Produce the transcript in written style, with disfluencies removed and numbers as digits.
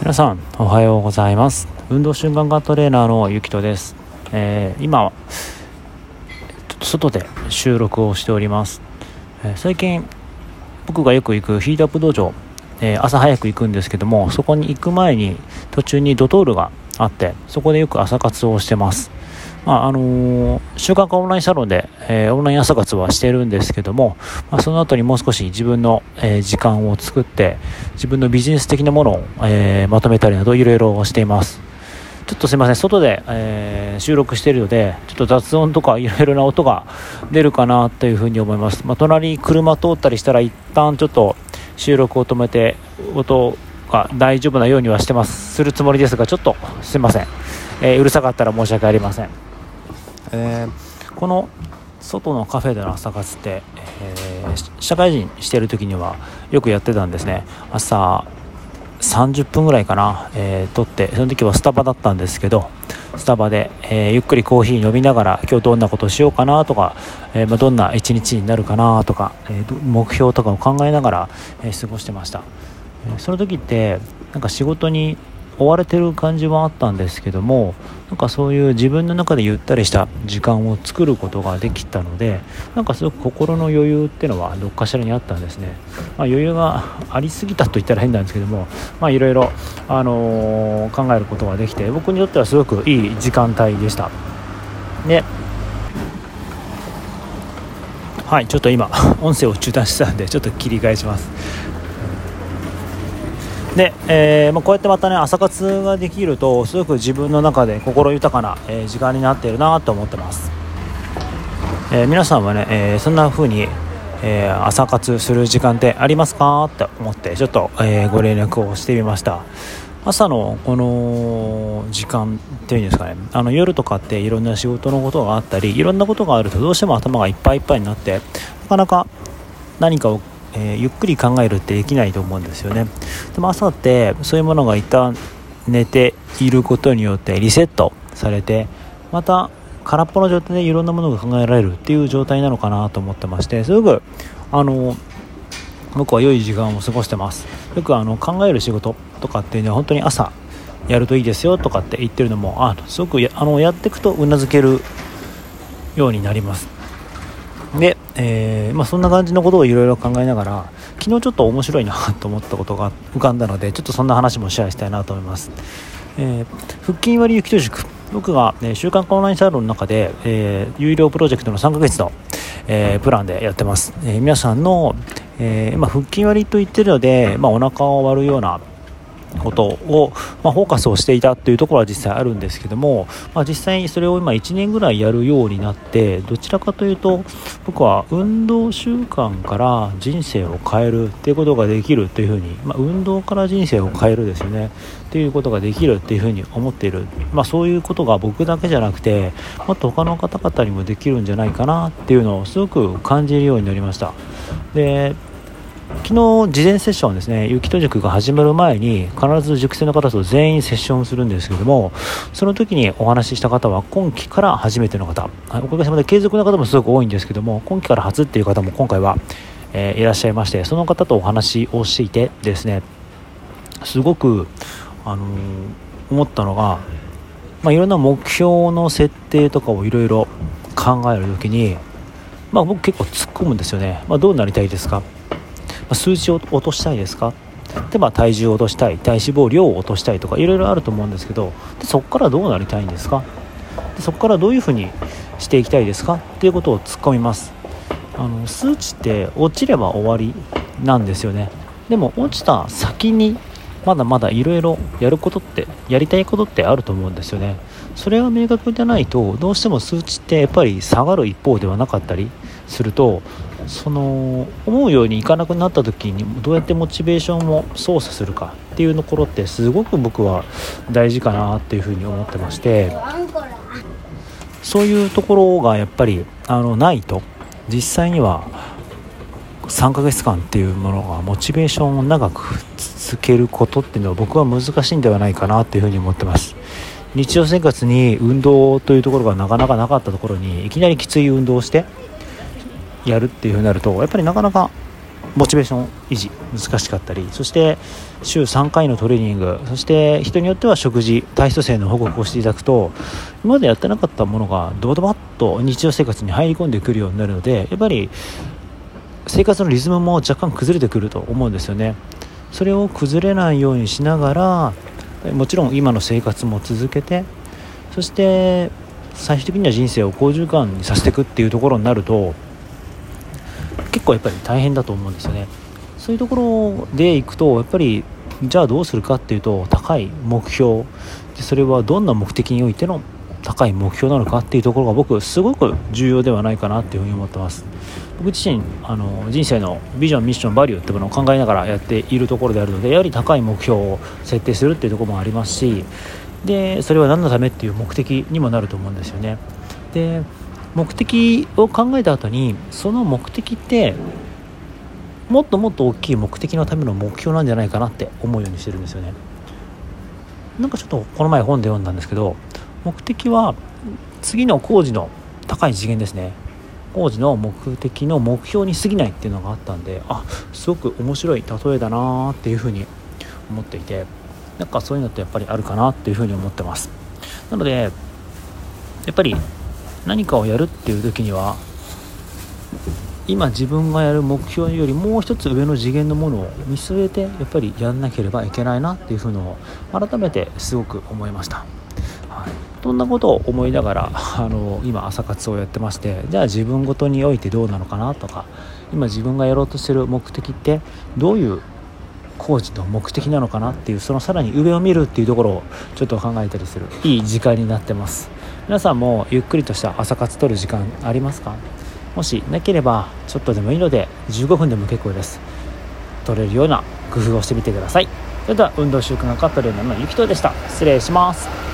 皆さんおはようございます。運動習慣化トレーナーのゆきとです。今はちょっと外で収録をしております。最近僕がよく行くヒートアップ道場、朝早く行くんですけども、そこに行く前に途中にドトールがあって、そこでよく朝活をしてます。習慣化オンラインサロンで、オンライン朝活はしてるんですけども、その後にもう少し自分の、時間を作って自分のビジネス的なものを、まとめたりなどいろいろしています。ちょっとすいません、外で、収録しているのでちょっと雑音とかいろいろな音が出るかなというふうに思います。隣に車通ったりしたら一旦ちょっと収録を止めて音が大丈夫なようにはするつもりですが、ちょっとすいません、うるさかったら申し訳ありません。この外のカフェでの朝活って、社会人している時にはよくやってたんですね。朝30分ぐらいかな、撮って、その時はスタバだったんですけど、スタバで、ゆっくりコーヒー飲みながら今日どんなことをしようかなとか、どんな一日になるかなとか、目標とかを考えながら、過ごしてました。その時ってなんか仕事に追われてる感じはあったんですけども、なんかそういう自分の中でゆったりした時間を作ることができたので、なんかすごく心の余裕っていうのはどっかしらにあったんですね。余裕がありすぎたと言ったら変なんですけども、いろいろ、考えることができて、僕にとってはすごくいい時間帯でした。で、はい、ちょっと今音声を中断してたんでちょっと切り返します。で、こうやってまたね朝活ができるとすごく自分の中で心豊かな、時間になっているなと思ってます。皆さんはね、そんな風に、朝活する時間ってありますかって思ってちょっと、ご連絡をしてみました。朝のこの時間っていうんですかね、夜とかっていろんな仕事のことがあったりいろんなことがあるとどうしても頭がいっぱいいっぱいになって、なかなか何かをゆっくり考えるってできないと思うんですよね。でも朝ってそういうものが一旦寝ていることによってリセットされて、また空っぽの状態でいろんなものが考えられるっていう状態なのかなと思ってまして、すごく僕は良い時間を過ごしてます。よく考える仕事とかっていうのは本当に朝やるといいですよとかって言ってるのもすごくやっていくとうなずけるようになります。で、そんな感じのことをいろいろ考えながら、昨日ちょっと面白いなと思ったことが浮かんだので、ちょっとそんな話もシェアしたいなと思います。腹筋割り雪と塾、僕が、習慣化オンラインサロンの中で、有料プロジェクトの3ヶ月の、プランでやってます。皆さんの、腹筋割りと言ってるので、お腹を割るようなことを、フォーカスをしていたというところは実際あるんですけども、実際にそれを今1年ぐらいやるようになって、どちらかというと僕は運動習慣から人生を変えるっていうことができるというふうに、運動から人生を変えるですよねっていうことができるっていうふうに思っている。そういうことが僕だけじゃなくてもっと他の方々にもできるんじゃないかなっていうのをすごく感じるようになりました。で、昨日事前セッションですね、雪と塾が始まる前に必ず塾生の方と全員セッションするんですけども、その時にお話しした方は今期から初めての方、おかげさまで継続の方もすごく多いんですけども、今期から初っていう方も今回は、いらっしゃいまして、その方とお話をしていてですね、すごく、思ったのが、いろんな目標の設定とかをいろいろ考える時に、僕結構突っ込むんですよね。どうなりたいですか、数値を落としたいですかで、体重を落としたい、体脂肪量を落としたいとかいろいろあると思うんですけど、でそこからどうなりたいんですか、でそこからどういうふうにしていきたいですかっていうことを突っ込みます。数値って落ちれば終わりなんですよね。でも落ちた先にまだまだいろいろやりたいことってあると思うんですよね。それが明確じゃないとどうしても数値ってやっぱり下がる一方ではなかったりすると、思うようにいかなくなった時にどうやってモチベーションを操作するかっていうところってすごく僕は大事かなっていうふうに思ってまして、そういうところがやっぱりないと実際には3ヶ月間っていうものがモチベーションを長く続けることっていうのは僕は難しいんではないかなっていうふうに思ってます。日常生活に運動というところがなかなかなかったところにいきなりきつい運動をしてやるっていう風になると、やっぱりなかなかモチベーション維持難しかったり、そして週3回のトレーニング、そして人によっては食事、体質性の報告をしていただくと、今までやってなかったものがドバドバッと日常生活に入り込んでくるようになるので、やっぱり生活のリズムも若干崩れてくると思うんですよね。それを崩れないようにしながら、もちろん今の生活も続けて、そして最終的には人生を好循環にさせていくっていうところになると、結構やっぱり大変だと思うんですよね。そういうところでいくと、やっぱりじゃあどうするかっていうと、高い目標で、それはどんな目的においての高い目標なのかっていうところが僕すごく重要ではないかなっていうふうに思ってます。僕自身人生のビジョン、ミッション、バリューっていうものを考えながらやっているところであるので、やはり高い目標を設定するっていうところもありますし、でそれは何のためっていう目的にもなると思うんですよね。で目的を考えた後に、その目的ってもっともっと大きい目的のための目標なんじゃないかなって思うようにしてるんですよね。なんかちょっとこの前本で読んだんですけど、目的は次の工事の高い次元ですね。工事の目的の目標に過ぎないっていうのがあったんで、すごく面白い例えだなっていうふうに思っていて、なんかそういうのってやっぱりあるかなっていうふうに思ってます。なのでやっぱり何かをやるっていう時には、今自分がやる目標よりもう一つ上の次元のものを見据えて、やっぱりやんなければいけないなっていうふうのを改めてすごく思いました。そんなことを思いながら今朝活をやってまして、じゃあ自分ごとにおいてどうなのかなとか、今自分がやろうとしている目的ってどういう工事の目的なのかなっていう、そのさらに上を見るっていうところをちょっと考えたりするいい時間になってます。皆さんもゆっくりとした朝活取る時間ありますか？もしなければちょっとでもいいので15分でも結構です。取れるような工夫をしてみてください。それでは運動習慣学科トレーナーのゆきとでした。失礼します。